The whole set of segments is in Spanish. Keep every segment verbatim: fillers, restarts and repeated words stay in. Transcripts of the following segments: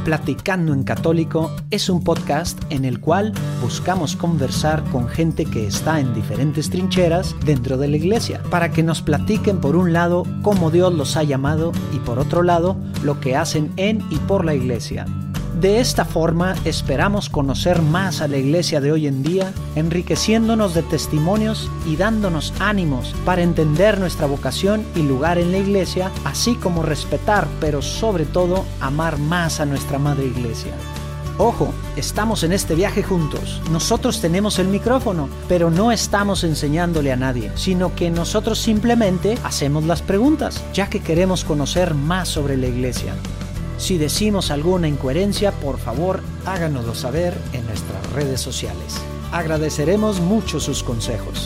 Platicando en Católico es un podcast en el cual buscamos conversar con gente que está en diferentes trincheras dentro de la iglesia, para que nos platiquen por un lado cómo Dios los ha llamado y por otro lado lo que hacen en y por la iglesia. De esta forma esperamos conocer más a la iglesia de hoy en día, enriqueciéndonos de testimonios y dándonos ánimos para entender nuestra vocación y lugar en la iglesia, así como respetar, pero sobre todo amar más a nuestra madre iglesia. Ojo, estamos en este viaje juntos. Nosotros tenemos el micrófono, pero no estamos enseñándole a nadie, sino que nosotros simplemente hacemos las preguntas, ya que queremos conocer más sobre la iglesia. Si decimos alguna incoherencia, por favor, háganoslo saber en nuestras redes sociales. Agradeceremos mucho sus consejos.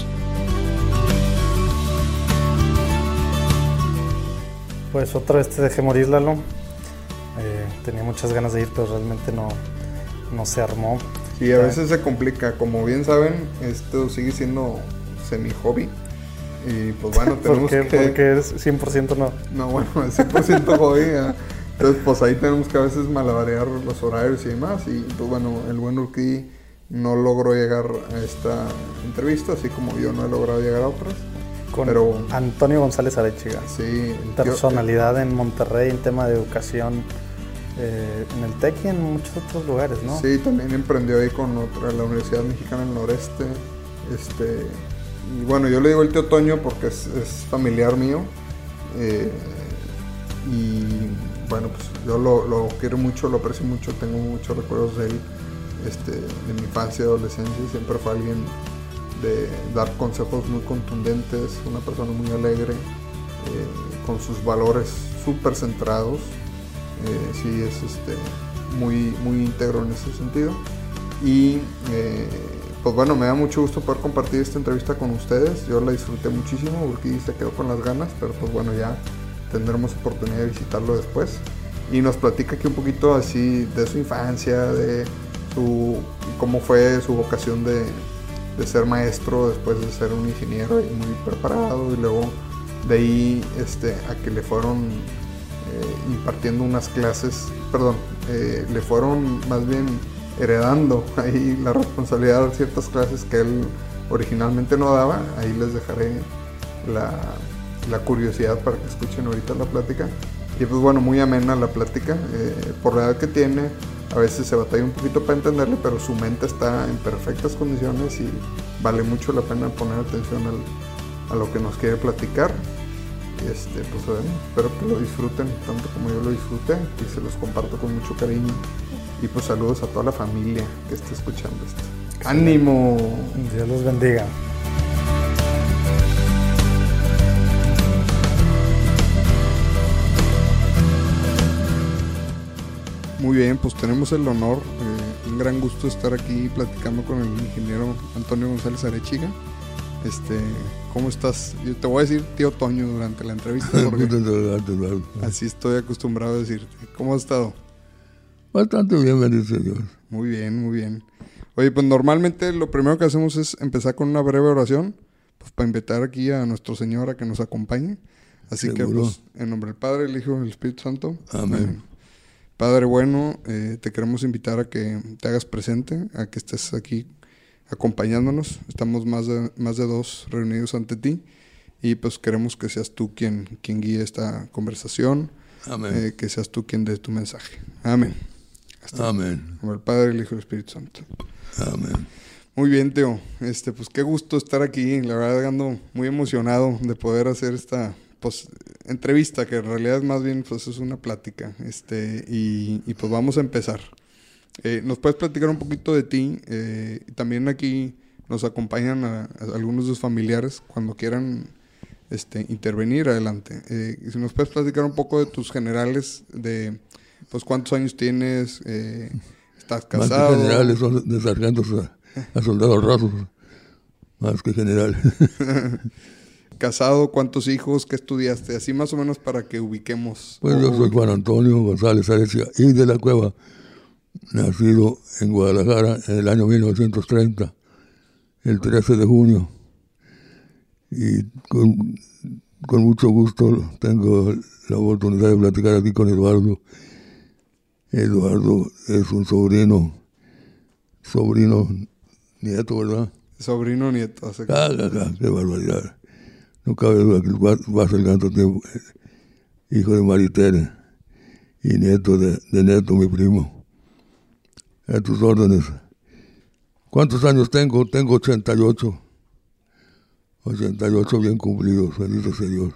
Pues otra vez te dejé morir, Lalo. Eh, tenía muchas ganas de ir, pero realmente no, no se armó. Sí, a veces se complica. Como bien saben, esto sigue siendo semi-hobby. Y pues bueno, tenemos ¿Por qué? que... Porque es cien por ciento no. No, bueno, es cien por ciento hobby. ¿eh? Entonces, pues ahí tenemos que a veces malabarear los horarios y demás. Y pues bueno, el buen Urquidi no logró llegar a esta entrevista, así como yo no he logrado llegar a otras. Con pero, Antonio González Arechiga. Sí. Personalidad yo, en Monterrey en tema de educación, eh, en el TEC y en muchos otros lugares, ¿no? Sí, también emprendió ahí con otra, la Universidad Mexicana del Noreste. Este, y bueno, yo le digo el tío Toño porque es, es familiar mío. Eh, y bueno, pues yo lo, lo quiero mucho, lo aprecio mucho, tengo muchos recuerdos de él, este, de mi infancia y adolescencia. Siempre fue alguien de dar consejos muy contundentes, una persona muy alegre, eh, con sus valores súper centrados. Eh, sí, es este, muy, muy íntegro en ese sentido. Y eh, pues bueno, me da mucho gusto poder compartir esta entrevista con ustedes. Yo la disfruté muchísimo, Urquidi se quedó con las ganas, pero pues bueno, ya tendremos oportunidad de visitarlo después. Y nos platica aquí un poquito así de su infancia, de su cómo fue su vocación de, de ser maestro después de ser un ingeniero y muy preparado, y luego de ahí este, a que le fueron eh, impartiendo unas clases, perdón, eh, le fueron más bien heredando ahí la responsabilidad de dar ciertas clases que él originalmente no daba. Ahí les dejaré la la curiosidad para que escuchen ahorita la plática. Y pues bueno, muy amena la plática, eh, por la edad que tiene, a veces se batalla un poquito para entenderle, pero su mente está en perfectas condiciones y vale mucho la pena poner atención al, a lo que nos quiere platicar. Este, pues bueno, espero que lo disfruten tanto como yo lo disfruté y se los comparto con mucho cariño. Y pues saludos a toda la familia que esté escuchando esto. ¡Ánimo! Dios los bendiga. Muy bien, pues tenemos el honor, eh, un gran gusto estar aquí platicando con el ingeniero Antonio González Arechiga. Este, ¿cómo estás? Yo te voy a decir tío Toño durante la entrevista porque así estoy acostumbrado a decirte. ¿Cómo has estado? Bastante bien, bendito Dios. Muy bien, muy bien. Oye, pues normalmente lo primero que hacemos es empezar con una breve oración, pues para invitar aquí a nuestro Señor a que nos acompañe. Así ¿Seguro? Que pues en nombre del Padre, el Hijo y el Espíritu Santo. Amén. Amén. Padre bueno, eh, te queremos invitar a que te hagas presente, a que estés aquí acompañándonos. Estamos más de, más de dos reunidos ante ti y pues queremos que seas tú quien, quien guíe esta conversación. Amén. Eh, que seas tú quien dé tu mensaje. Amén. Hasta Amén. Como el Padre, el Hijo y el Espíritu Santo. Amén. Muy bien, Teo. Este, pues qué gusto estar aquí. La verdad ando muy emocionado de poder hacer esta pues entrevista, que en realidad más bien pues es una plática, este, y, y pues vamos a empezar. Eh, ¿Nos puedes platicar un poquito de ti? Eh, también aquí nos acompañan a, a algunos de sus familiares, cuando quieran este, intervenir, adelante. Eh, si nos puedes platicar un poco de tus generales, de pues cuántos años tienes, eh, estás casado. Más que generales son de sargentos a, a soldados rasos, más que generales. Casado, ¿cuántos hijos? ¿Qué estudiaste? Así más o menos para que ubiquemos. Pues yo soy Juan Antonio González Arechiga y de la Cueva, nacido en Guadalajara en el año mil novecientos treinta, el trece de junio. Y con, con mucho gusto tengo la oportunidad de platicar aquí con Eduardo Eduardo es un sobrino, sobrino nieto, ¿verdad? Sobrino nieto. Hace... Ah, ah, ah, qué barbaridad. No cabe duda que va, va a ser tanto tiempo. Hijo de Maritere y nieto de, de Neto, mi primo. A tus órdenes. ¿Cuántos años tengo? Tengo ochenta y ocho. ochenta y ocho bien cumplidos, bendito sea Dios.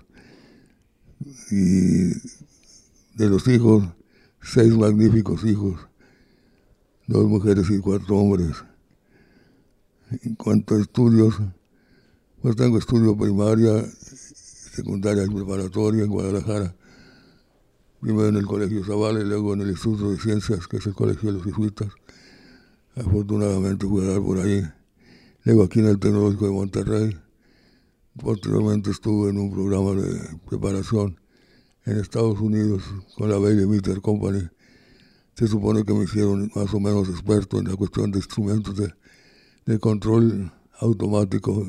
Y de los hijos, seis magníficos hijos. Dos mujeres y cuatro hombres. En cuanto a estudios, pues tengo estudio primaria, secundaria y preparatoria en Guadalajara. Primero en el Colegio Zavala y luego en el Instituto de Ciencias, que es el Colegio de los Jesuitas. Afortunadamente fui a dar por ahí. Luego aquí en el Tecnológico de Monterrey. Posteriormente estuve en un programa de preparación en Estados Unidos con la Bailey Meter Company. Se supone que me hicieron más o menos experto en la cuestión de instrumentos de, de control automático,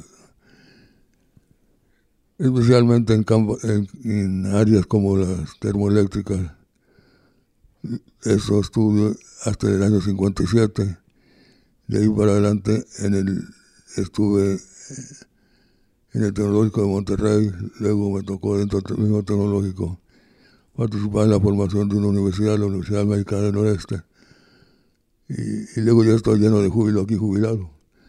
especialmente en, campo, en, en áreas como las termoeléctricas. Eso estuve hasta el año cincuenta y siete. De ahí para adelante en el, estuve en el Tecnológico de Monterrey, luego me tocó dentro del mismo tecnológico participar en la formación de una universidad, la Universidad Americana del Noreste. Y, y luego ya estoy lleno de júbilo aquí, jubilado.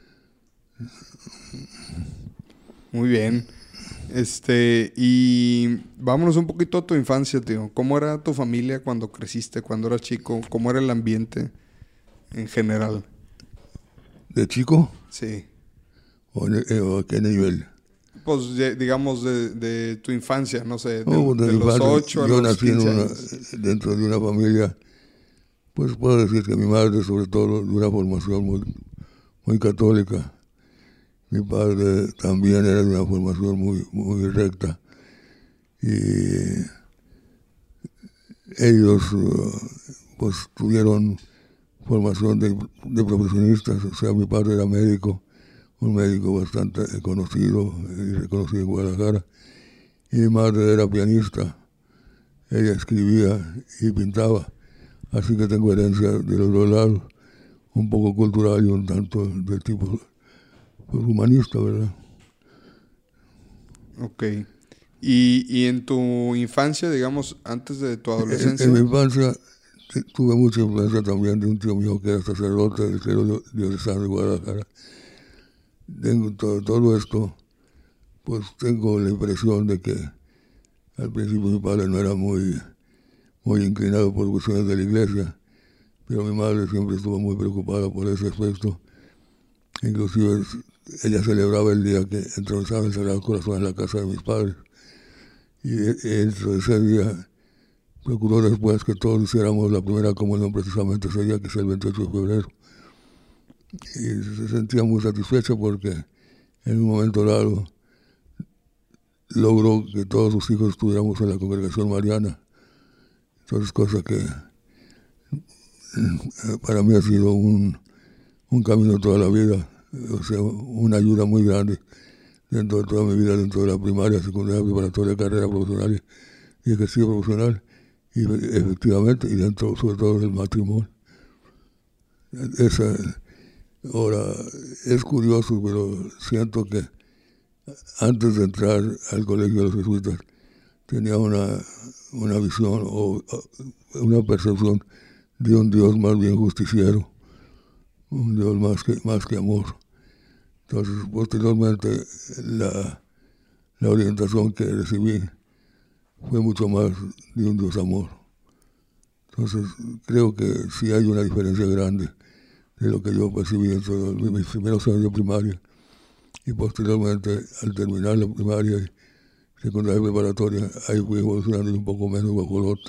Muy bien. Este, y vámonos un poquito a tu infancia, tío. ¿Cómo era tu familia cuando creciste, cuando eras chico? ¿Cómo era el ambiente en general? ¿De chico? Sí. ¿O, en, o a qué nivel? Pues digamos de, de tu infancia, no sé, de, oh, de, de los infancia, ocho a yo los nací quince en una, años. Dentro de una familia, pues puedo decir que mi madre, sobre todo, de una formación muy, muy católica. Mi padre también era de una formación muy, muy recta. Y ellos, pues, tuvieron formación de, de profesionistas. O sea, mi padre era médico, un médico bastante conocido y reconocido en Guadalajara. Y mi madre era pianista. Ella escribía y pintaba. Así que tengo herencia de los dos lados, un poco cultural y un tanto de tipo pues, humanista, ¿verdad? Ok. Y, y en tu infancia, digamos, antes de tu adolescencia... En, en mi infancia tuve mucha influencia también de un tío mío que era sacerdote del clero diocesano de Guadalajara. Tengo todo, todo esto, pues tengo la impresión de que al principio mi padre no era muy, muy inclinado por cuestiones de la iglesia, pero mi madre siempre estuvo muy preocupada por ese aspecto. Inclusive ella celebraba el día que entronizaba el Sagrado Corazón en la casa de mis padres. Y eso, ese día procuró después que todos hiciéramos la primera comunión precisamente ese día, que es el veintiocho de febrero. Y se sentía muy satisfecha porque en un momento dado logró que todos sus hijos estuviéramos en la congregación mariana. Entonces, cosa que para mí ha sido un, un camino toda la vida, o sea, una ayuda muy grande dentro de toda mi vida, dentro de la primaria, secundaria, preparatoria, carrera profesional y ejercicio profesional, y efectivamente, y dentro sobre todo del matrimonio. Esa, ahora, es curioso, pero siento que antes de entrar al colegio de los jesuitas tenía una, una visión o una percepción de un Dios más bien justiciero, un Dios más que, más que amor. Entonces, posteriormente, la, la orientación que recibí fue mucho más de un Dios amor. Entonces, creo que sí hay una diferencia grande de lo que yo percibí dentro de mis primeros años de primaria. Y posteriormente, al terminar la primaria y secundaria preparatoria, ahí fui evolucionando un poco menos guajolote.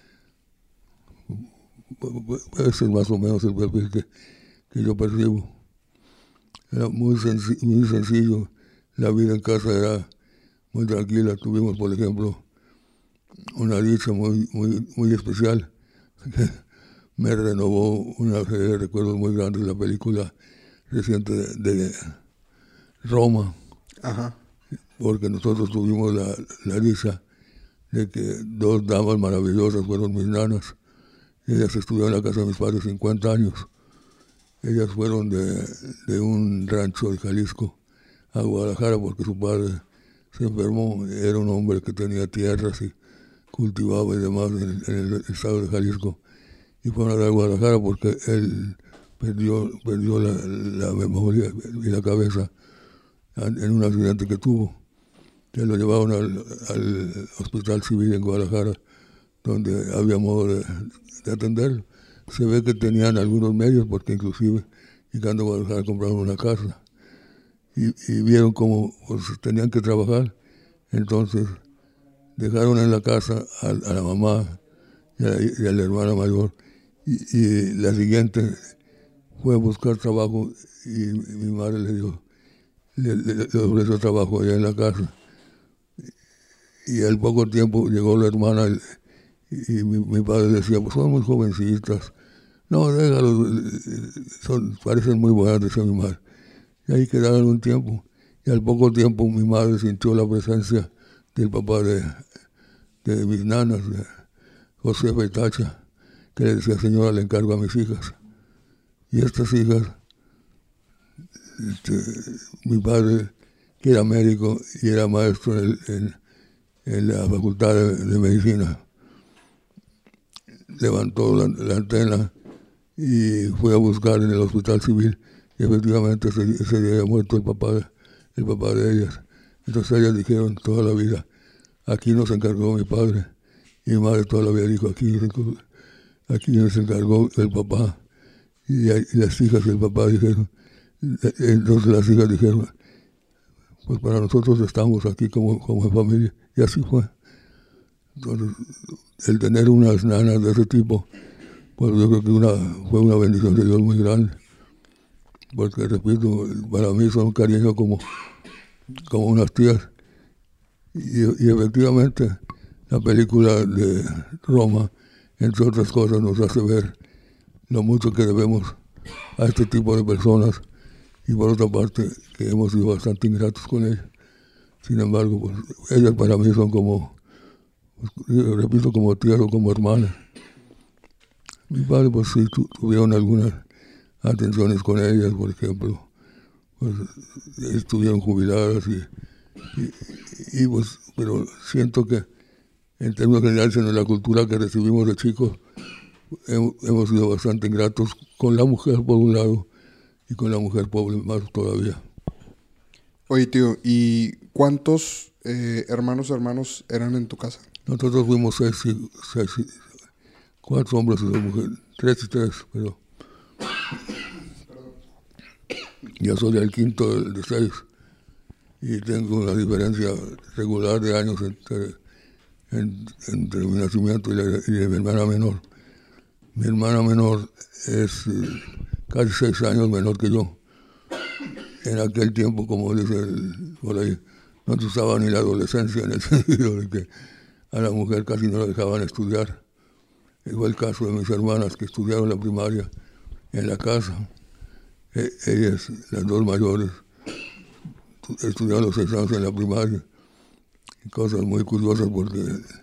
Ese es más o menos el perfil que, que yo percibo. Era muy, senc- muy sencillo, la vida en casa era muy tranquila. Tuvimos, por ejemplo, una dicha muy, muy, muy especial que me renovó una serie de recuerdos muy grandes de la película reciente de, de Roma. Ajá. Porque nosotros tuvimos la, la dicha de que dos damas maravillosas fueron mis nanas, Ellas estuvieron en la casa de mis padres cincuenta años. Ellas fueron de, de un rancho de Jalisco a Guadalajara porque su padre se enfermó. Era un hombre que tenía tierras y cultivaba y demás en, en el estado de Jalisco. Y fueron a Guadalajara porque él perdió, perdió la, la memoria y la cabeza en un accidente que tuvo. Que lo llevaron al, al hospital civil en Guadalajara, donde había modo de, de atenderlo. Se ve que tenían algunos medios, porque inclusive llegando a Guadalajara compraron una casa. Y, y vieron cómo pues, tenían que trabajar. Entonces dejaron en la casa a, a la mamá y a, y a la hermana mayor. Y, y la siguiente fue a buscar trabajo y mi madre le dio, le, le, le ofreció trabajo allá en la casa. Y al poco tiempo llegó la hermana y, y mi, mi padre decía, pues son muy jovencitas. No, déjalo, son, parecen muy buenas, decía mi madre. Y ahí quedaron un tiempo. Y al poco tiempo mi madre sintió la presencia del papá de, de mis nanas, de Josefa y Tacha, que le decía, señora, le encargo a mis hijas. Y estas hijas, este, mi padre, que era médico y era maestro en, el, en, en la facultad de, de medicina, levantó la, la antena y fue a buscar en el hospital civil. Y efectivamente ese, ese día había muerto el papá, de, el papá de ellas. Entonces ellas dijeron toda la vida, aquí nos encargó mi padre. Y mi madre toda la vida dijo, aquí, aquí nos encargó el papá. Y, y las hijas del papá dijeron, entonces las hijas dijeron, pues para nosotros estamos aquí como, como familia. Y así fue. Entonces, el tener unas nanas de ese tipo, pues yo creo que una, fue una bendición de Dios muy grande. Porque, repito, para mí son cariños como, como unas tías. Y, y efectivamente, la película de Roma, entre otras cosas, nos hace ver lo mucho que debemos a este tipo de personas. Y por otra parte, que hemos sido bastante ingratos con ellas. Sin embargo, pues, ellas para mí son como, pues, repito, como tías o como hermanas. Mi padre, pues sí, tu, tuvieron algunas atenciones con ellas, por ejemplo, pues estuvieron jubiladas y, y, y pues, pero siento que en términos generales en la cultura que recibimos de chicos hemos, hemos sido bastante ingratos con la mujer por un lado y con la mujer pobre más todavía. Oye, tío, ¿y cuántos eh, hermanos hermanos eran en tu casa? Nosotros fuimos seis, seis, cuatro hombres y dos mujeres, tres y tres, pero yo soy el quinto de, de seis y tengo una diferencia regular de años entre, en, entre mi nacimiento y, la, y de mi hermana menor. Mi hermana menor es eh, casi seis años menor que yo. En aquel tiempo, como dice el, por ahí, no se usaba ni la adolescencia en el sentido de que a la mujer casi no la dejaban estudiar. Fue el caso de mis hermanas que estudiaron la primaria en la casa. E- ellas, las dos mayores, estudiaron los seis años en la primaria. Y cosas muy curiosas porque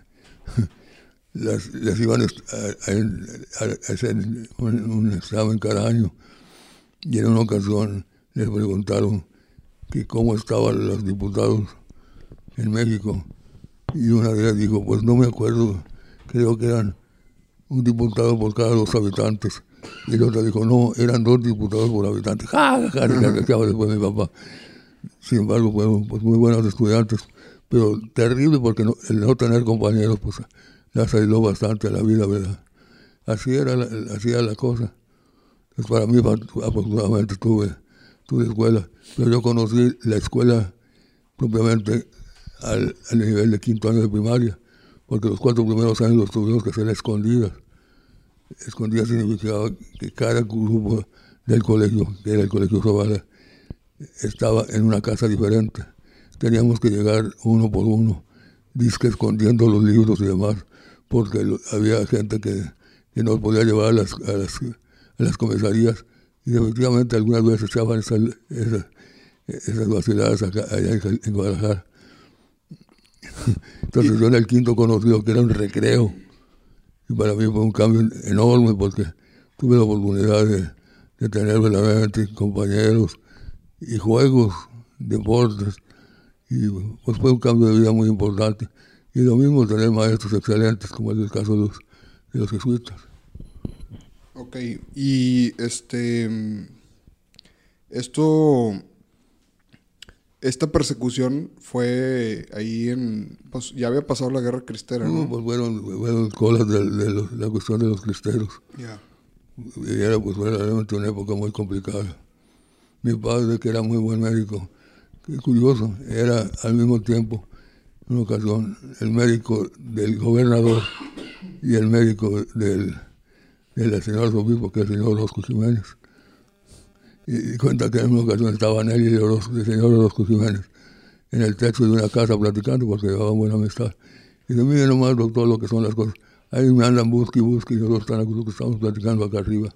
las, las iban a, a, a hacer un, un examen cada año. Y en una ocasión les preguntaron que cómo estaban los diputados en México. Y una de ellas dijo, pues no me acuerdo, creo que eran un diputado por cada dos habitantes. Y la otra dijo, no, eran dos diputados por habitante. ¡Ja, ja, ja! Después mi papá. Sin embargo, fueron pues, muy buenos estudiantes, pero terrible porque no, el no tener compañeros, pues les ayudó bastante a la vida, ¿verdad? Así era la, así era la cosa. Entonces, para mí, afortunadamente, tuve, tuve escuela, pero yo conocí la escuela propiamente al, al nivel de quinto año de primaria, porque los cuatro primeros años los tuvimos que hacer a escondidas. Escondidas significaba que cada grupo del colegio, que era el colegio Zavala, estaba en una casa diferente. Teníamos que llegar uno por uno, disque escondiendo los libros y demás, porque lo, había gente que, que nos podía llevar a las, a las, a las comisarías, y efectivamente algunas veces echaban esas, esas, esas vaciladas acá, allá en, en Guadalajara. Entonces yo en el quinto conocí lo que era un recreo. y para mí fue un cambio enorme porque tuve la oportunidad de, de tener verdaderamente compañeros y juegos, deportes, y pues fue un cambio de vida muy importante. Y lo mismo tener maestros excelentes, como es el caso de los, de los jesuitas. Ok, y este, esto, esta persecución fue ahí en, pues ya había pasado la guerra cristera, ¿no? No, pues fueron, fueron colas de, de los, la cuestión de los cristeros. Ya. Y era pues verdaderamente una época muy complicada. Mi padre, que era muy buen médico, qué curioso, era al mismo tiempo, en una ocasión, el médico del gobernador y el médico del, del señor arzobispo, que es el señor Orozco Jiménez. Y, y cuenta que en una ocasión estaban él y el, Orozco, el señor Orozco Jiménez en el techo de una casa platicando porque llevaban buena amistad. Y dice, miren nomás, doctor, lo que son las cosas. Ahí me andan busque y busque y nosotros están, estamos platicando acá arriba.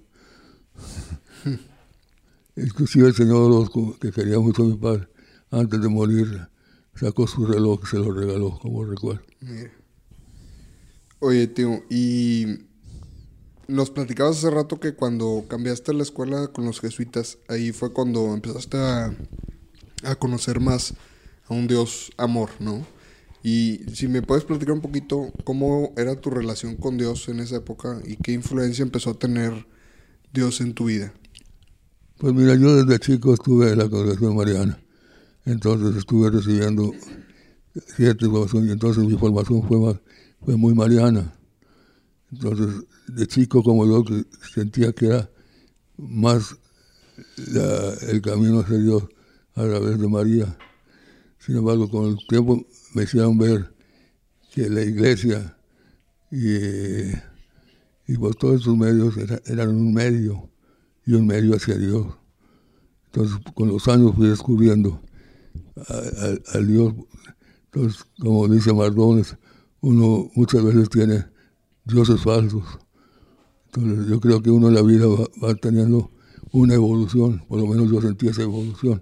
Inclusive el señor Orozco, que quería mucho a mi padre, antes de morir, sacó su reloj y se lo regaló como recuerdo. Mira. Oye, tío, y nos platicabas hace rato que cuando cambiaste la escuela con los jesuitas, ahí fue cuando empezaste a, a conocer más a un Dios amor, ¿no? Y si me puedes platicar un poquito cómo era tu relación con Dios en esa época y qué influencia empezó a tener Dios en tu vida. Pues mira, yo desde chico estuve en la congregación mariana, entonces estuve recibiendo cierta información y entonces mi formación fue, más, fue muy mariana. Entonces, de chico como yo, que sentía que era más la, el camino hacia Dios a través de María. Sin embargo, con el tiempo me hicieron ver que la iglesia y, y pues todos esos medios era, eran un medio y un medio hacia Dios. Entonces, con los años fui descubriendo al Dios. Entonces, como dice Mardones, uno muchas veces tiene dioses falsos. Entonces, yo creo que uno en la vida va, va teniendo una evolución, por lo menos yo sentí esa evolución.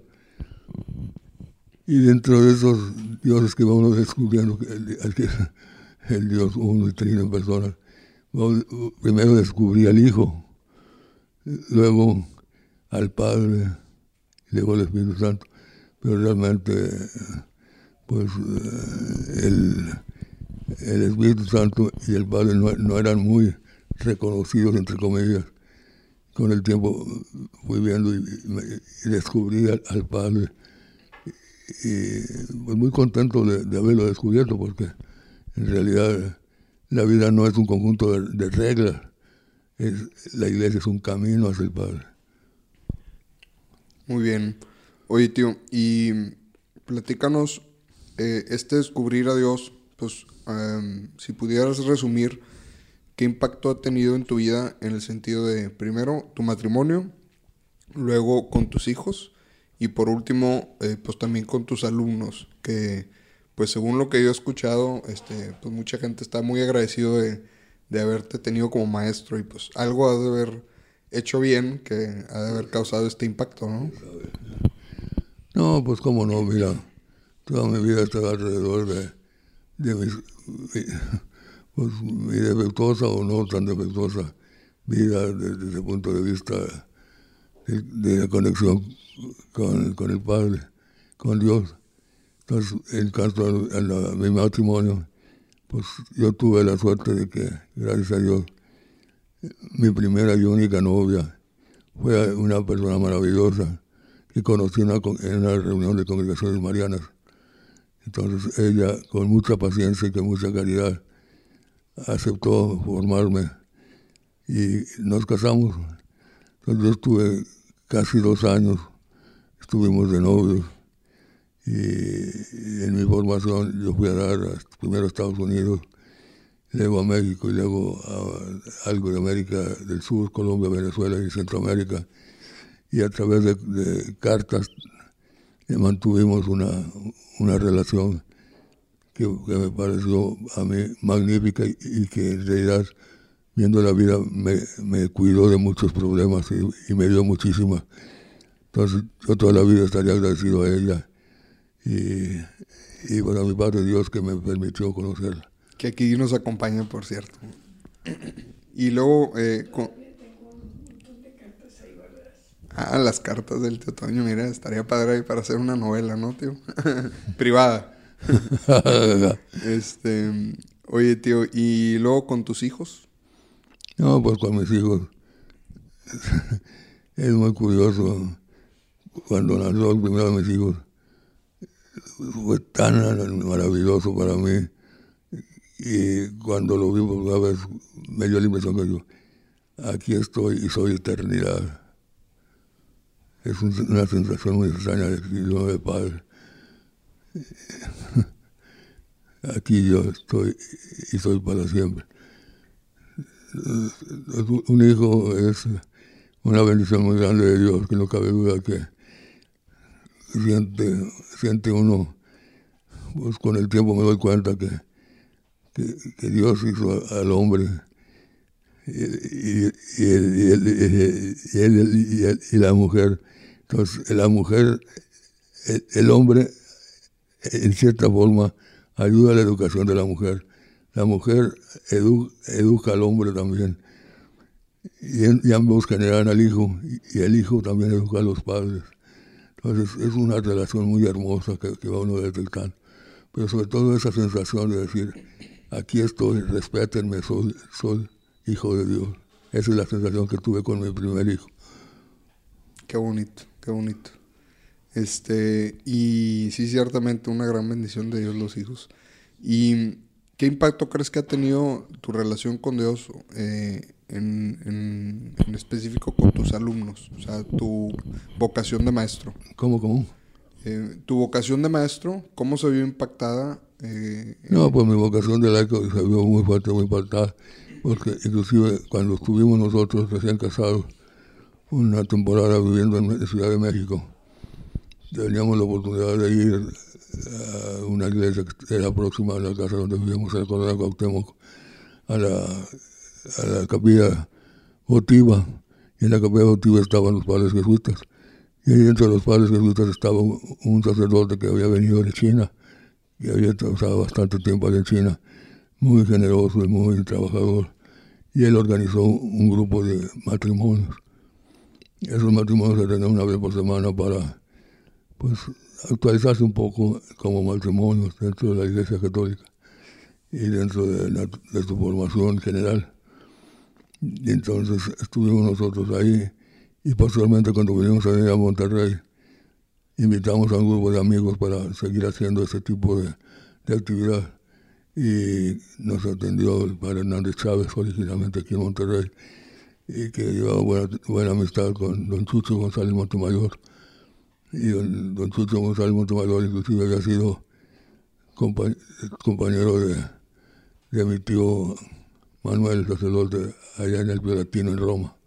Y dentro de esos dioses que va uno descubriendo, el, el, el Dios uno y trino en personas, primero descubrí al Hijo, luego al Padre, luego al Espíritu Santo, pero realmente pues el, el Espíritu Santo y el Padre no, no eran muy reconocidos, entre comillas. Con el tiempo fui viendo y, y descubrí al, al Padre y pues muy contento de, de haberlo descubierto, porque en realidad la vida no es un conjunto de, de reglas, es, la iglesia es un camino hacia el Padre. Muy bien. Oye, tío, y platícanos, eh, este descubrir a Dios, pues um, si pudieras resumir qué impacto ha tenido en tu vida en el sentido de, primero, tu matrimonio, luego con tus hijos y por último, eh, pues también con tus alumnos, que pues según lo que yo he escuchado, este, pues mucha gente está muy agradecido de, de haberte tenido como maestro y pues algo has de haber hecho bien que ha de haber causado este impacto, ¿no? No, pues cómo no, mira, toda mi vida estaba alrededor de, de mis, mi, pues, mi defectuosa o no tan defectuosa vida desde, desde el punto de vista de, de la conexión con, con el Padre, con Dios. Entonces, en cuanto a, a, la, a mi matrimonio, pues yo tuve la suerte de que, gracias a Dios, mi primera y única novia fue una persona maravillosa que conocí una, en una reunión de congregaciones marianas. Entonces ella, con mucha paciencia y con mucha caridad, aceptó formarme y nos casamos. Entonces yo estuve casi dos años, estuvimos de novios y en mi formación yo fui a dar primero a Estados Unidos, luego a México y luego a algo de América del Sur, Colombia, Venezuela y Centroamérica. Y a través de, de cartas eh, mantuvimos una, una relación que, que me pareció a mí magnífica y, y que en realidad, viendo la vida, me, me cuidó de muchos problemas y, y me dio muchísima. Entonces yo toda la vida estaría agradecido a ella y, y bueno, a mi Padre Dios que me permitió conocerla. Que aquí nos acompaña, por cierto. Y luego... Eh, con... Ah, las cartas del tío Toño, mira, estaría padre ahí para hacer una novela, ¿no, tío? Privada. este, oye, tío, ¿y luego con tus hijos? No, pues con mis hijos. Es muy curioso. Cuando nació el primero de mis hijos, fue tan maravilloso para mí. Y cuando lo vi por primera vez, me dio la impresión que yo, aquí estoy y soy eternidad. Es un, una sensación muy extraña de que yo de padre. Aquí yo estoy y soy para siempre. Un hijo es una bendición muy grande de Dios, que no cabe duda que siente, siente uno, pues con el tiempo me doy cuenta que, que, que Dios hizo al hombre y, y, y, el, y, el, y, el, y, el, y la mujer. Entonces la mujer, el, el hombre en cierta forma ayuda a la educación de la mujer. La mujer edu, educa al hombre también. Y, y ambos generan al hijo, y, y el hijo también educa a los padres. Entonces es una relación muy hermosa que, que va uno detectando. Pero sobre todo esa sensación de decir, aquí estoy, respétenme, soy, soy hijo de Dios. Esa es la sensación que tuve con mi primer hijo. Qué bonito, qué bonito. Este, y sí, ciertamente una gran bendición de Dios los hijos. ¿Y qué impacto crees que ha tenido tu relación con Dios eh, en, en, en específico con tus alumnos? O sea, tu vocación de maestro. ¿Cómo, cómo? Eh, tu vocación de maestro, ¿cómo se vio impactada? Eh, no, pues mi vocación de laico se vio muy fuerte, muy impactada. Porque inclusive cuando estuvimos nosotros recién casados, una temporada viviendo en la Ciudad de México, teníamos la oportunidad de ir a una iglesia que era próxima a la casa donde vivíamos, en el Coronel Cuauhtémoc, a la, a la capilla votiva, y en la capilla votiva estaban los padres jesuitas, y ahí entre los padres jesuitas estaba un sacerdote que había venido de China, que había pasado bastante tiempo allá en China, muy generoso y muy trabajador, y él organizó un grupo de matrimonios. Esos matrimonios se tenían una vez por semana para, pues, actualizarse un poco como matrimonios dentro de la Iglesia Católica y dentro de, la, de su formación general. Y entonces estuvimos nosotros ahí, y posteriormente cuando vinimos a venir a Monterrey, invitamos a un grupo de amigos para seguir haciendo ese tipo de, de actividad. Y nos atendió el padre Hernández Chávez, originalmente aquí en Monterrey, y que llevaba buena, buena amistad con don Chucho González Montemayor. Y don, don Chucho González Montemayor inclusive había sido compañ, compañero de, de mi tío Manuel, el sacerdote, allá en el Pío Latino en Roma.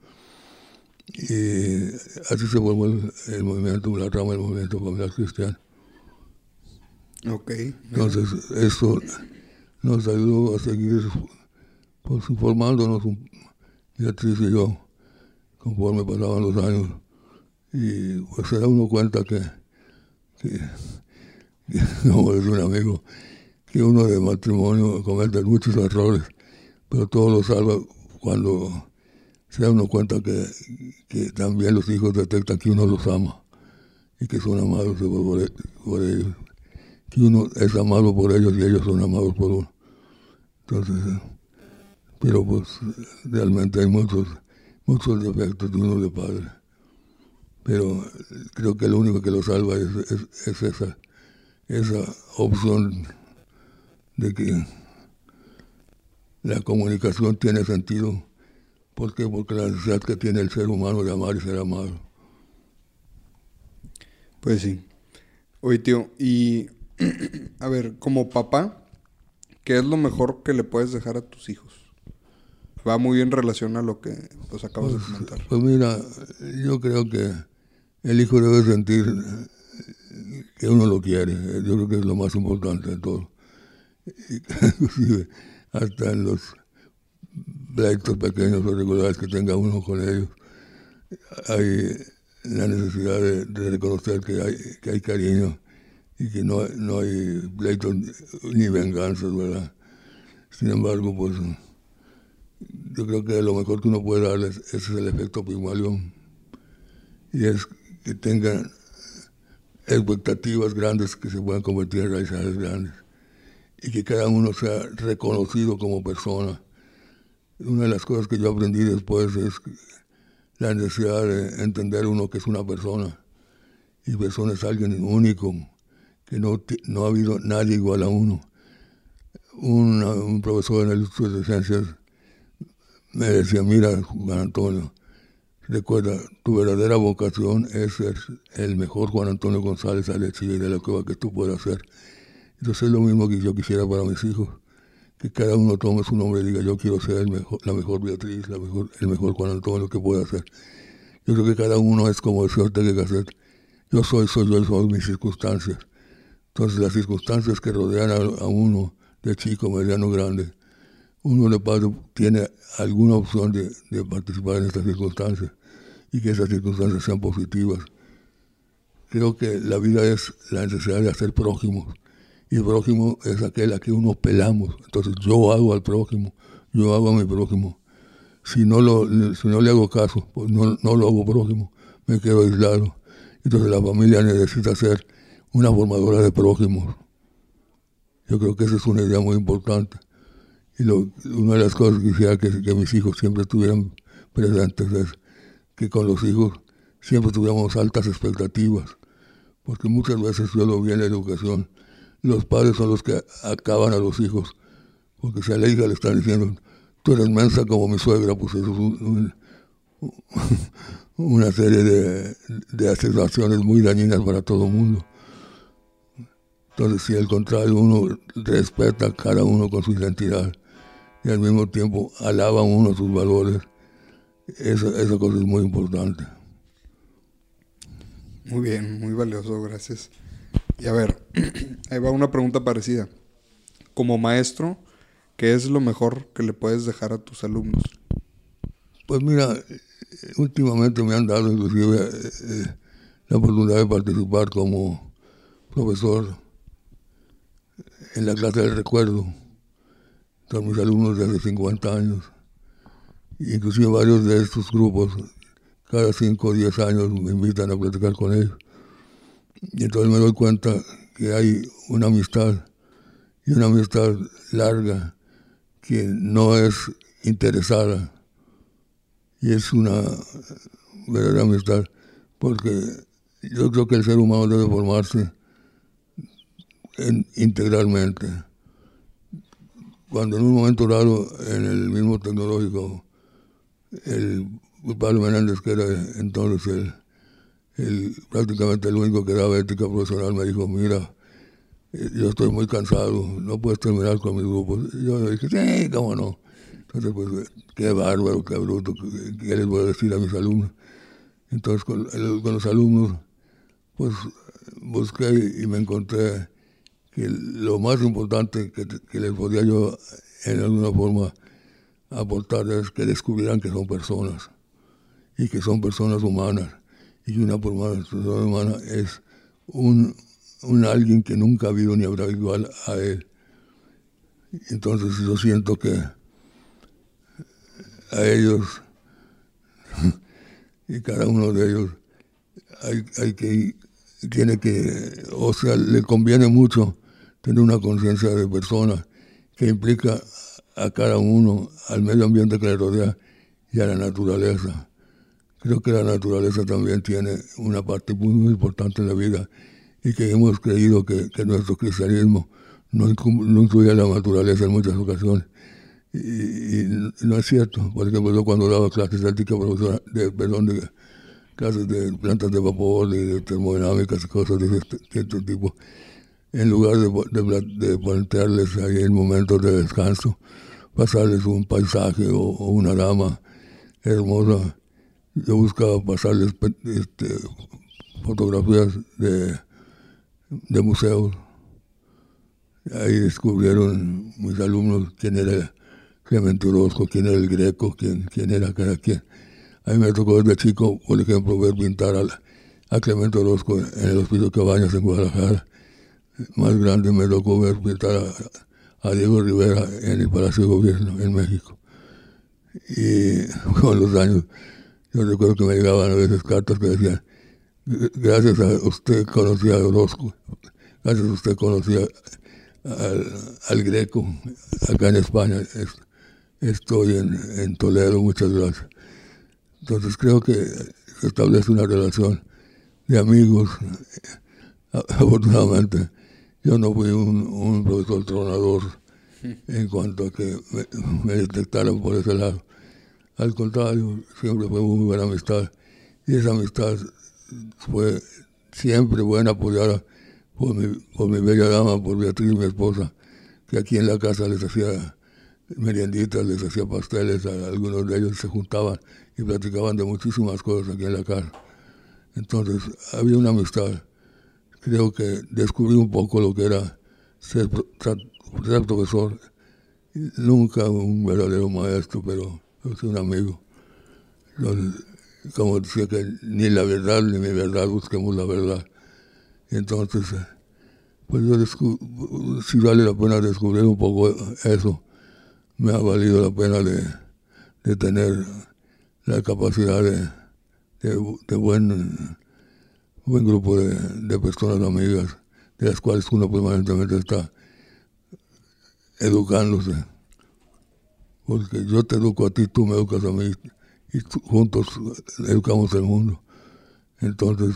Y así se formó el, el movimiento, la rama del movimiento familiar cristiano. Ok. Entonces, eso nos ayudó a seguir, pues, informándonos, Beatriz y yo, conforme pasaban los años. Y pues se da uno cuenta que, que, que como dice un amigo, que uno de matrimonio comete muchos errores, pero todo lo salva cuando se da uno cuenta que, que también los hijos detectan que uno los ama y que son amados por, por ellos, que uno es amado por ellos y ellos son amados por uno. Entonces, pero pues realmente hay muchos, muchos defectos de uno de padre. Pero creo que lo único que lo salva es, es, es esa, esa opción de que la comunicación tiene sentido. ¿Por qué? Porque la necesidad que tiene el ser humano de amar y ser amado. Pues sí. Oye, tío, y a ver, como papá, ¿qué es lo mejor que le puedes dejar a tus hijos? Va muy en relación a lo que pues acabas pues, de comentar. Pues mira, yo creo que el hijo debe sentir que uno lo quiere. Yo creo que es lo más importante de todo. Inclusive hasta en los pleitos pequeños o regulares que tenga uno con ellos, hay la necesidad de, de reconocer que hay, que hay cariño y que no, no hay pleitos ni venganzas, ¿verdad? Sin embargo, pues yo creo que lo mejor que uno puede darles ese es el efecto Pigmalión, y es que tengan expectativas grandes que se puedan convertir en raíces grandes, y que cada uno sea reconocido como persona. Una de las cosas que yo aprendí después es la necesidad de entender uno que es una persona, y persona es alguien único, que no, no ha habido nadie igual a uno. Una, un profesor en el Instituto de Ciencias me decía, mira, Juan Antonio, recuerda, tu verdadera vocación es ser el mejor Juan Antonio González Arechiga y de la Cueva que tú puedas ser. Entonces es lo mismo que yo quisiera para mis hijos, que cada uno tome su nombre y diga, yo quiero ser el mejor, la mejor Beatriz, la mejor, el mejor Juan Antonio que pueda ser. Yo creo que cada uno es como decía Ortega y Gasset, yo soy, soy yo y soy mis circunstancias. Entonces las circunstancias que rodean a, a uno de chico, mediano, grande, uno de padre tiene alguna opción de, de participar en estas circunstancias y que esas circunstancias sean positivas. Creo que la vida es la necesidad de hacer prójimos, y el prójimo es aquel a que uno pelamos. Entonces yo hago al prójimo, yo hago a mi prójimo. Si no, lo, si no le hago caso, pues no, no lo hago prójimo, me quedo aislado. Entonces la familia necesita ser una formadora de prójimos. Yo creo que esa es una idea muy importante. Y lo, una de las cosas que quisiera que, que mis hijos siempre estuvieran presentes es que con los hijos siempre tuviéramos altas expectativas, porque muchas veces yo lo vi en la educación, los padres son los que acaban a los hijos, porque si a la hija le están diciendo, tú eres mensa como mi suegra, pues eso es un, un, una serie de, de asociaciones muy dañinas para todo el mundo. Entonces, si al contrario uno respeta a cada uno con su identidad y al mismo tiempo alaba a uno sus valores, esa, esa cosa es muy importante. Muy bien, muy valioso, gracias. Y a ver, ahí va una pregunta parecida. Como maestro, ¿qué es lo mejor que le puedes dejar a tus alumnos? Pues mira, últimamente me han dado inclusive eh, la oportunidad de participar como profesor en la clase del recuerdo. Son mis alumnos de hace cincuenta años. Inclusive varios de estos grupos, cada cinco o diez años me invitan a platicar con ellos. Y entonces me doy cuenta que hay una amistad, y una amistad larga, que no es interesada, y es una verdadera amistad, porque yo creo que el ser humano debe formarse en, integralmente. Cuando en un momento dado, en el mismo tecnológico, el Pablo Menéndez, que era entonces el, el, prácticamente el único que daba ética profesional, me dijo, mira, yo estoy muy cansado, no puedes terminar con mis grupos. Y yo le dije, sí, cómo no. Entonces, pues, qué bárbaro, qué bruto, qué, qué les voy a decir a mis alumnos. Entonces, con, con los alumnos, pues, busqué y me encontré que lo más importante que, que les podía yo, en alguna forma, aportar es que descubrieran que son personas, y que son personas humanas, y que una persona humana es un, un alguien que nunca ha habido ni habrá igual a él. Entonces yo siento que a ellos y cada uno de ellos hay, hay que, tiene que, o sea, le conviene mucho tener una conciencia de persona que implica a cada uno, al medio ambiente que le rodea y a la naturaleza. Creo que la naturaleza también tiene una parte muy, muy importante en la vida, y que hemos creído que, que nuestro cristianismo no, inclu, no incluye a la naturaleza en muchas ocasiones. Y, y no es cierto. Por ejemplo, yo cuando daba clases de ética profesional, de, perdón, de clases de plantas de vapor, de, de termodinámicas y cosas de este, de este tipo, en lugar de, de, de plantearles ahí en momentos de descanso, pasarles un paisaje o, o una dama hermosa, yo buscaba pasarles este, fotografías de, de museos. Ahí descubrieron mis alumnos quién era Clemente Orozco, quién era el Greco, quién, quién era cada quien. A mí me tocó desde chico, por ejemplo, ver pintar a, la, a Clemente Orozco en el Hospicio Cabañas en Guadalajara. Más grande me tocó ver pintar a, a Diego Rivera en el Palacio de Gobierno en México. Y con los años, yo recuerdo que me llegaban a veces cartas que decían, gracias a usted conocía a Orozco, gracias a usted conocía al, al Greco, acá en España, es, estoy en, en Toledo, muchas gracias. Entonces creo que se establece una relación de amigos. Afortunadamente, yo no fui un, un profesor tronador en cuanto a que me, me detectaran por ese lado. Al contrario, siempre fue muy buena amistad. Y esa amistad fue siempre buena, apoyada por mi, por mi bella dama, por Beatriz, mi esposa, que aquí en la casa les hacía merienditas, les hacía pasteles, a algunos de ellos se juntaban y platicaban de muchísimas cosas aquí en la casa. Entonces, había una amistad. Creo que descubrí un poco lo que era ser, ser profesor. Nunca un verdadero maestro, pero soy un amigo. Entonces, como decía que ni la verdad ni mi verdad, busquemos la verdad. Entonces, pues yo descub- si vale la pena descubrir un poco eso, me ha valido la pena de, de tener la capacidad de, de, de buen, buen grupo de, de personas amigas, de las cuales uno permanentemente está educándose. Porque yo te educo a ti, tú me educas a mí, y tú, juntos educamos el mundo. Entonces,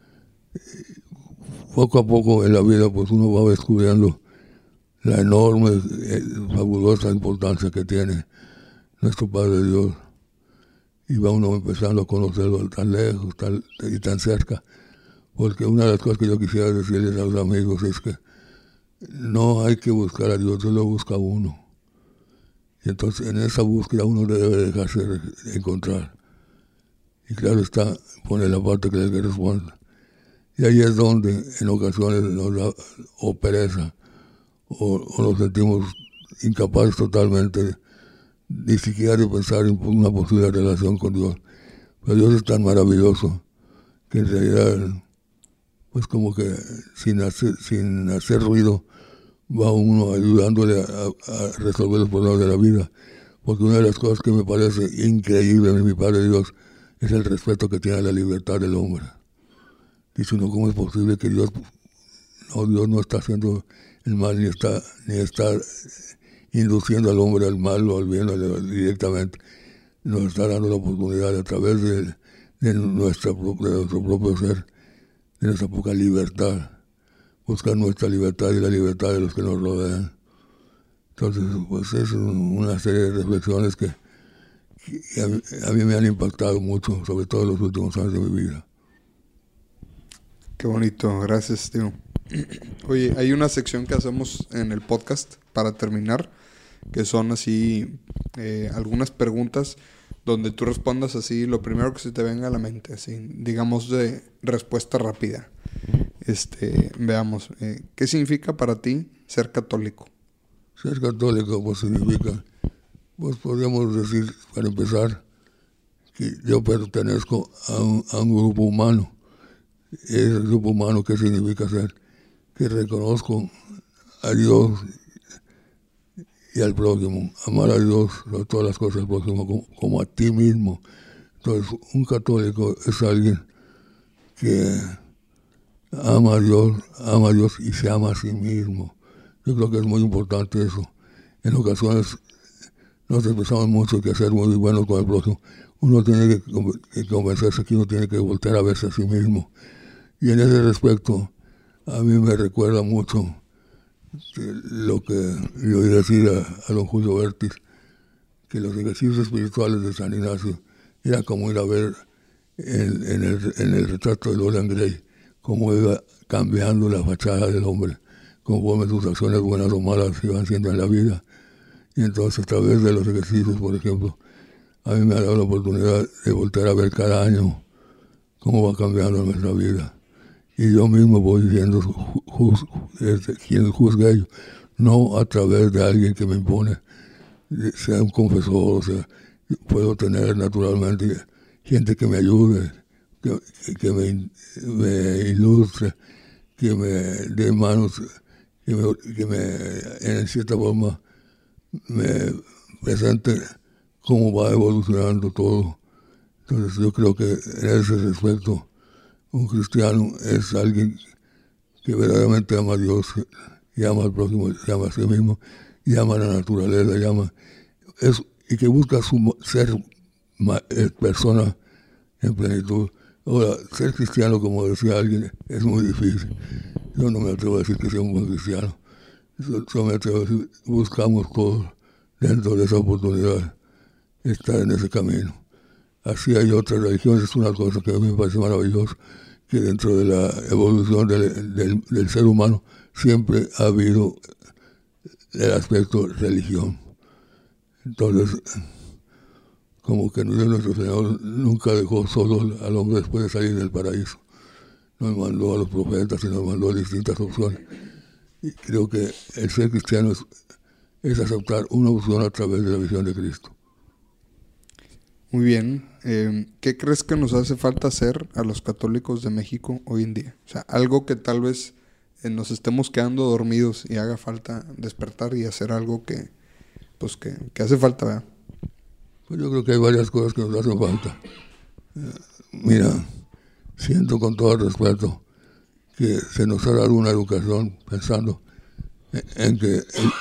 poco a poco en la vida, pues uno va descubriendo la enorme, eh, fabulosa importancia que tiene nuestro Padre Dios. Y va uno empezando a conocerlo tan lejos tan, y tan cerca. Porque una de las cosas que yo quisiera decirles a los amigos es que no hay que buscar a Dios, Dios lo busca a uno. Y entonces en esa búsqueda uno debe dejarse encontrar. Y claro está, pone la parte que le corresponde. Y ahí es donde en ocasiones nos da o pereza, o, o nos sentimos incapaces totalmente, ni siquiera de pensar en una posible relación con Dios. Pero Dios es tan maravilloso que en realidad, pues como que sin hacer, sin hacer ruido, va uno ayudándole a, a resolver los problemas de la vida. Porque una de las cosas que me parece increíble en mi Padre Dios es el respeto que tiene a la libertad del hombre. Dice uno, ¿cómo es posible que Dios no, Dios no está haciendo el mal, ni está, ni está induciendo al hombre al mal o al bien directamente? Nos está dando la oportunidad a través de, de, nuestra, de nuestro propio ser, de nuestra poca libertad, buscar nuestra libertad y la libertad de los que nos rodean. Entonces, pues es una serie de reflexiones que, que a, mí, a mí me han impactado mucho, sobre todo en los últimos años de mi vida. Qué bonito, gracias, tío. Oye, hay una sección que hacemos en el podcast para terminar, que son así eh, algunas preguntas donde tú respondas así lo primero que se te venga a la mente, así, digamos de respuesta rápida. Este, veamos, eh, ¿qué significa para ti ser católico? Ser católico pues significa, pues podríamos decir, para empezar, que yo pertenezco a un, a un grupo humano. Ese grupo humano, ¿qué significa ser? Que reconozco a Dios y al prójimo, amar a Dios sobre todas las cosas del prójimo como, como a ti mismo. Entonces, un católico es alguien que ama a Dios, ama a Dios y se ama a sí mismo. Yo creo que es muy importante eso. En ocasiones nos pensamos mucho que ser muy buenos con el prójimo. Uno tiene que, que convencerse que uno tiene que voltear a verse a sí mismo. Y en ese respecto, a mí me recuerda mucho lo que yo oí decir a, a don Julio Vértiz, que los ejercicios espirituales de San Ignacio era como ir a ver en, en, el, en el retrato de Dorian Gray, cómo iba cambiando la fachada del hombre, conforme sus acciones buenas o malas iban siendo en la vida. Y entonces, a través de los ejercicios, por ejemplo, a mí me ha dado la oportunidad de volver a ver cada año cómo va cambiando nuestra vida. Y yo mismo voy siendo juz, quien juzgue ello, no a través de alguien que me impone, sea un confesor, o sea, puedo tener naturalmente gente que me ayude, que, que me, me ilustre, que me dé manos, que me, que me en cierta forma me presente cómo va evolucionando todo. Entonces yo creo que en ese respecto un cristiano es alguien que verdaderamente ama a Dios, y ama al prójimo, y ama a sí mismo, y ama a la naturaleza, y ama, es, y que busca su, ser ma, persona en plenitud. Ahora, ser cristiano, como decía alguien, es muy difícil. Yo no me atrevo a decir que sea un buen cristiano. Yo, yo me atrevo a decir, buscamos todos dentro de esa oportunidad estar en ese camino. Así hay otras religiones, es una cosa que a mí me parece maravillosa, que dentro de la evolución del, del, del ser humano siempre ha habido el aspecto religión. Entonces, como que Dios nuestro Señor nunca dejó solo al hombre después de salir del paraíso. Nos mandó a los profetas y nos mandó a distintas opciones. Y creo que el ser cristiano es, es aceptar una opción a través de la visión de Cristo. Muy bien. Eh, ¿Qué crees que nos hace falta hacer a los católicos de México hoy en día? O sea, algo que tal vez eh, nos estemos quedando dormidos y haga falta despertar y hacer algo que, pues que, que hace falta, ¿verdad? Pues yo creo que hay varias cosas que nos hacen falta. Eh, mira, siento con todo respeto que se nos ha dado una educación pensando en, en que en,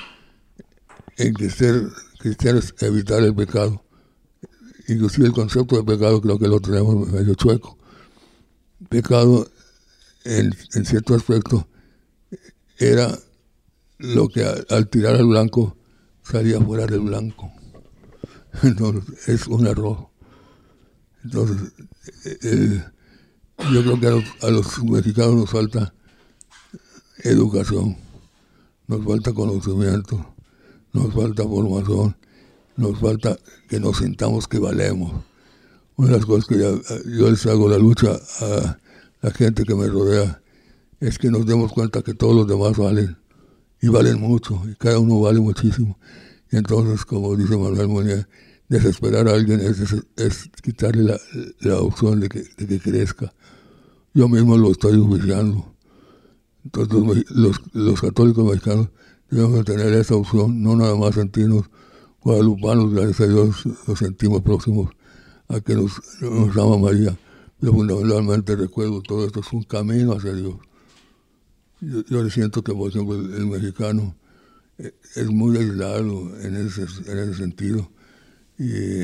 en que ser cristiano es evitar el pecado. Inclusive el concepto de pecado creo que lo tenemos medio chueco. Pecado, en, en cierto aspecto, era lo que al, al tirar al blanco salía fuera del blanco. Entonces, es un error. Entonces, el, yo creo que a los, a los mexicanos nos falta educación, nos falta conocimiento, nos falta formación, nos falta que nos sintamos que valemos. Una de las cosas que ya, yo les hago la lucha a la gente que me rodea es que nos demos cuenta que todos los demás valen, y valen mucho, y cada uno vale muchísimo. Y entonces, como dice Manuel Muñoz, desesperar a alguien es, es, es quitarle la, la opción de que, de que crezca. Yo mismo lo estoy oficiando. Entonces los, los, los católicos mexicanos debemos tener esa opción, no nada más sentirnos guadalupanos, gracias a Dios nos sentimos próximos a que nos, nos ama María. Yo fundamentalmente recuerdo todo esto es un camino hacia Dios. Yo, yo siento que, por ejemplo, el, el mexicano es muy aislado en ese, en ese sentido. Y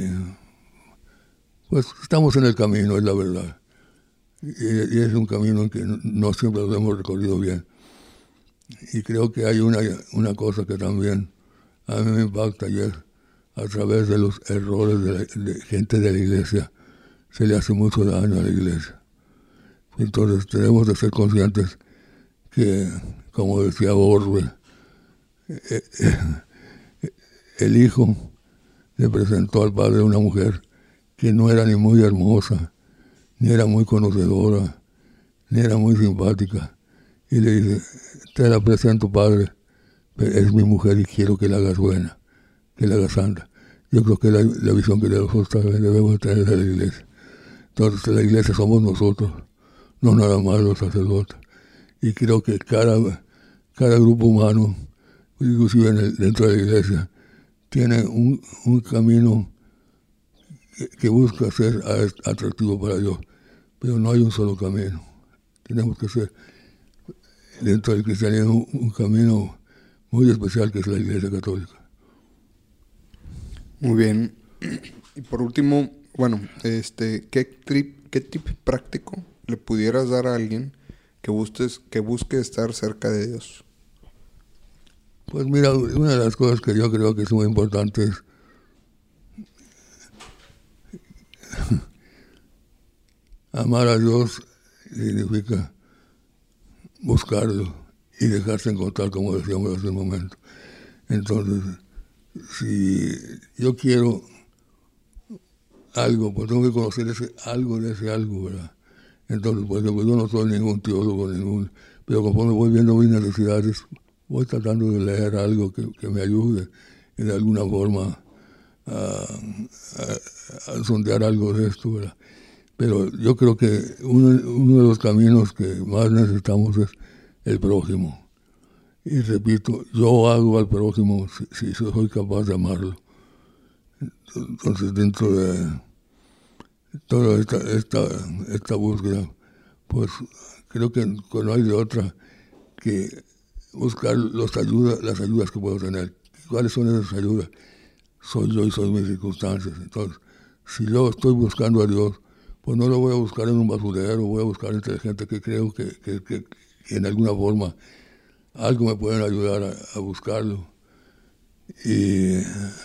pues estamos en el camino, es la verdad. Y, y es un camino en que no, no siempre lo hemos recorrido bien. Y creo que hay una, una cosa que también a mí me impacta y es a través de los errores de, la, de gente de la iglesia, se le hace mucho daño a la iglesia. Entonces tenemos de ser conscientes que, como decía Orwell, eh, eh, el hijo le presentó al padre una mujer que no era ni muy hermosa, ni era muy conocedora, ni era muy simpática. Y le dice, te la presento, padre, es mi mujer y quiero que la hagas buena, que la hagas santa. Yo creo que la, la visión que nosotros también debemos tener de la iglesia. Entonces la iglesia somos nosotros, no nada más los sacerdotes. Y creo que cada, cada grupo humano, inclusive en el, dentro de la iglesia, tiene un, un camino que, que busca ser atractivo para Dios, pero no hay un solo camino. Tenemos que ser, dentro del cristianismo, un, un camino muy especial que es la Iglesia Católica. Muy bien. Y por último, bueno, este, ¿qué, trip, qué tip práctico le pudieras dar a alguien que busques, que busque estar cerca de Dios? Pues mira, una de las cosas que yo creo que es muy importante es amar a Dios significa buscarlo y dejarse encontrar, como decíamos hace un momento. Entonces, si yo quiero algo, pues tengo que conocer ese algo de ese algo, ¿verdad? Entonces, por ejemplo, yo no soy ningún teólogo, ningún, pero conforme voy viendo mis necesidades, voy tratando de leer algo que, que me ayude de alguna forma a, a, a sondear algo de esto, ¿verdad? Pero yo creo que uno, uno de los caminos que más necesitamos es el prójimo. Y repito, yo hago al prójimo si, si soy capaz de amarlo. Entonces, dentro de toda esta, esta, esta búsqueda, pues creo que no hay de otra que buscar los ayuda, las ayudas que puedo tener. ¿Cuáles son esas ayudas? Soy yo y soy mis circunstancias. Entonces, si yo estoy buscando a Dios, pues no lo voy a buscar en un basurero, voy a buscar entre gente que creo que, que, que, que en alguna forma algo me pueden ayudar a, a buscarlo. Y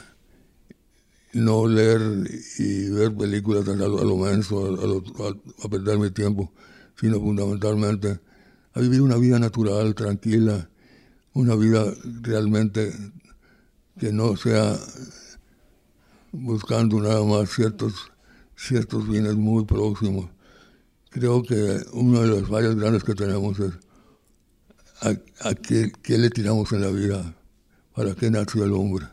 no leer y ver películas a lo, a lo menso, a, lo, a, a perder mi tiempo, sino fundamentalmente a vivir una vida natural, tranquila, una vida realmente que no sea buscando nada más ciertos, ciertos bienes muy próximos. Creo que una de las fallas grandes que tenemos es a, a qué, qué le tiramos en la vida, para qué nació el hombre.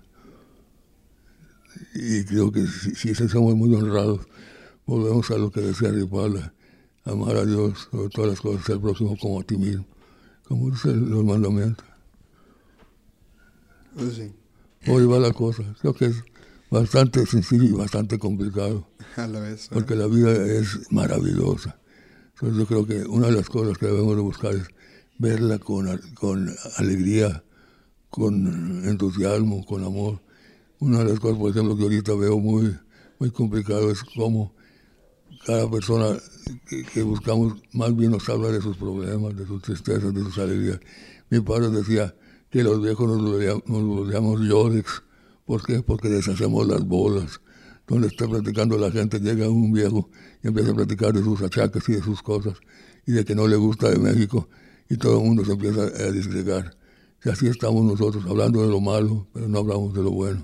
Y creo que si, si somos muy honrados, volvemos a lo que decía Ripala, amar a Dios sobre todas las cosas, ser próximo como a ti mismo, como dicen los mandamientos. Pues sí. Por ahí va la cosa. Creo que es bastante sencillo y bastante complicado. A la vez. ¿eh? Porque la vida es maravillosa. Entonces yo creo que una de las cosas que debemos de buscar es verla con, con alegría, con entusiasmo, con amor. Una de las cosas, por ejemplo, que ahorita veo muy, muy complicado es cómo cada persona que, que buscamos más bien nos habla de sus problemas, de sus tristezas, de sus alegrías. Mi padre decía que los viejos nos lo llamamos yodex. ¿Por qué? Porque deshacemos las bolas. Donde está platicando la gente, llega un viejo y empieza a platicar de sus achaques y de sus cosas, y de que no le gusta de México, y todo el mundo se empieza a disgregar. Y así estamos nosotros, hablando de lo malo, pero no hablamos de lo bueno.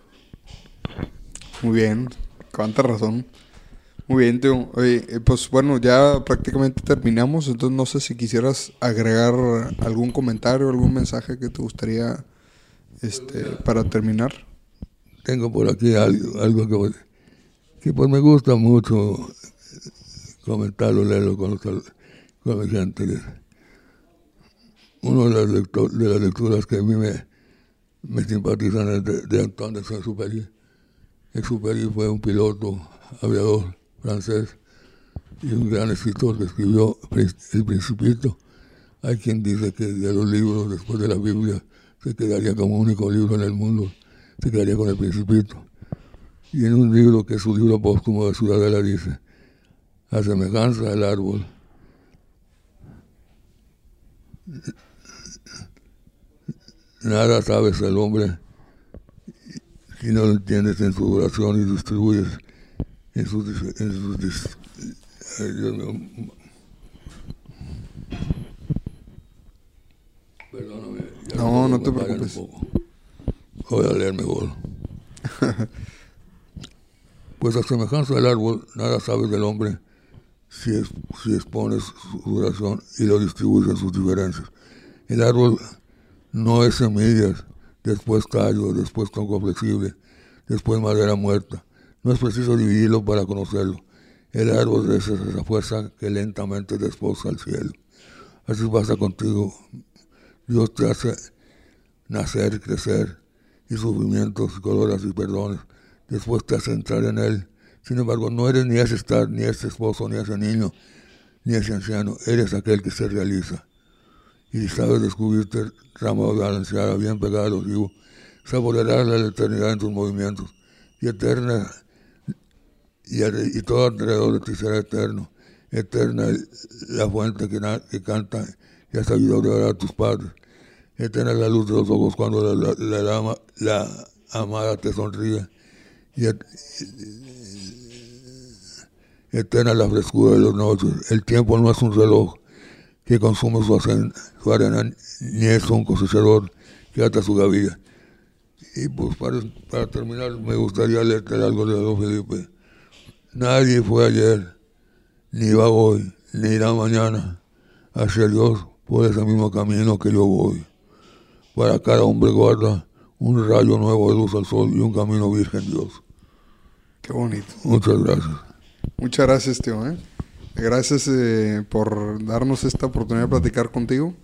Muy bien, cuánta razón. Muy bien, tío. Oye, pues bueno, ya prácticamente terminamos, entonces no sé si quisieras agregar algún comentario, algún mensaje que te gustaría este, para terminar. Tengo por aquí algo, algo que, que pues me gusta mucho comentarlo, leerlo con, los, con la gente. Una de las, lector, de las lecturas que a mí me, me simpatizan es de, de Antoine de Saint-Exupéry. Exupéry fue un piloto, aviador francés y un gran escritor que escribió El Principito. Hay quien dice que de los libros, después de la Biblia, se quedaría como único libro en el mundo, se quedaría con El Principito. Y en un libro que es su libro póstumo de Ciudadela dice, a semejanza del árbol, nada sabes el hombre si no lo entiendes en su oración y distribuyes en sus... En sus ay, Dios mío. Perdóname. No, no te preocupes. Voy a leer mejor. Pues a semejanza del árbol, nada sabes del hombre si, es, si expones su oración y lo distribuyes en sus diferencias. El árbol no es semillas, después tallo, después tronco flexible, después madera muerta. No es preciso dividirlo para conocerlo. El árbol es esa fuerza que lentamente desposa al cielo. Así pasa contigo. Dios te hace nacer, crecer, y sufrimientos, colores y perdones. Después te hace entrar en Él. Sin embargo, no eres ni ese estar, ni ese esposo, ni ese niño, ni ese anciano. Eres aquel que se realiza. Y si sabes descubrirte rama balanceada, bien pegada a los vivos, saborearás la eternidad en tus movimientos. Y eterna, y, y todo alrededor de ti será eterno. Eterna la fuente que, na, que canta y has ayudado a orar a tus padres. Eterna la luz de los ojos cuando la, la, la, la, la amada te sonríe. Y et, eterna la frescura de las noches. El tiempo no es un reloj que consume su, acen, su arena, ni es un cosechador que ata su gavilla. Y pues para, para terminar, me gustaría leerte algo de don Felipe. Nadie fue ayer, ni va hoy, ni irá mañana hacia Dios por ese mismo camino que yo voy. Para cada hombre guarda un rayo nuevo de luz al sol y un camino virgen Dios. Qué bonito. Muchas gracias. Muchas gracias, tío. ¿eh? Gracias eh, por darnos esta oportunidad de platicar contigo.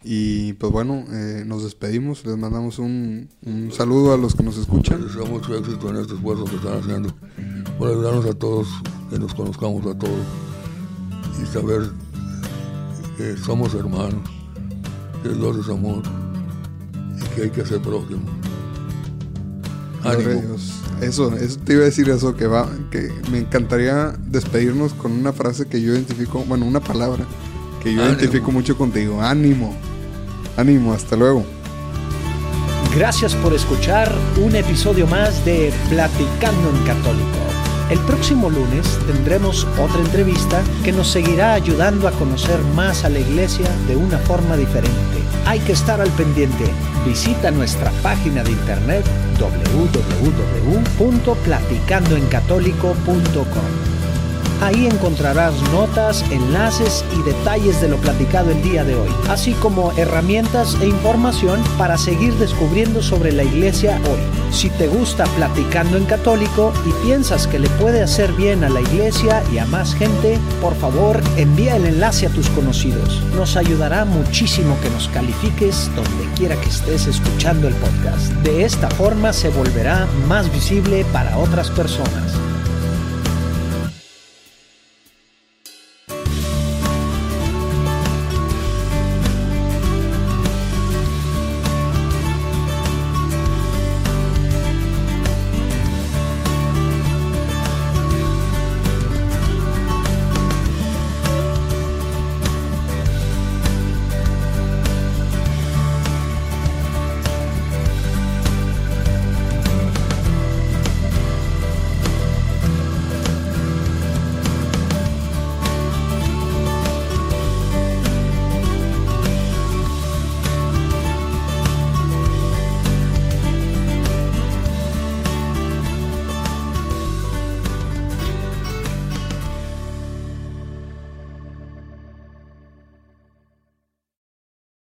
Y pues bueno, eh, nos despedimos, les mandamos un, un saludo a los que nos escuchan. Les deseo mucho éxito en este esfuerzo que están haciendo por ayudarnos a todos, que nos conozcamos a todos y saber que somos hermanos, que Dios es amor y que hay que ser próximos. Ánimo. Dios. Eso, eso te iba a decir eso, que va, que me encantaría despedirnos con una frase que yo identifico, bueno, una palabra que yo Ánimo. identifico mucho contigo. Ánimo. Ánimo, hasta luego. Gracias por escuchar un episodio más de Platicando en Católico. El próximo lunes tendremos otra entrevista que nos seguirá ayudando a conocer más a la Iglesia de una forma diferente. Hay que estar al pendiente. Visita nuestra página de internet doble u doble u doble u punto platicando en católico punto com. Ahí encontrarás notas, enlaces y detalles de lo platicado el día de hoy, así como herramientas e información para seguir descubriendo sobre la Iglesia hoy. Si te gusta Platicando en Católico y piensas que le puede hacer bien a la Iglesia y a más gente, por favor envía el enlace a tus conocidos. Nos ayudará muchísimo que nos califiques donde quiera que estés escuchando el podcast. De esta forma se volverá más visible para otras personas.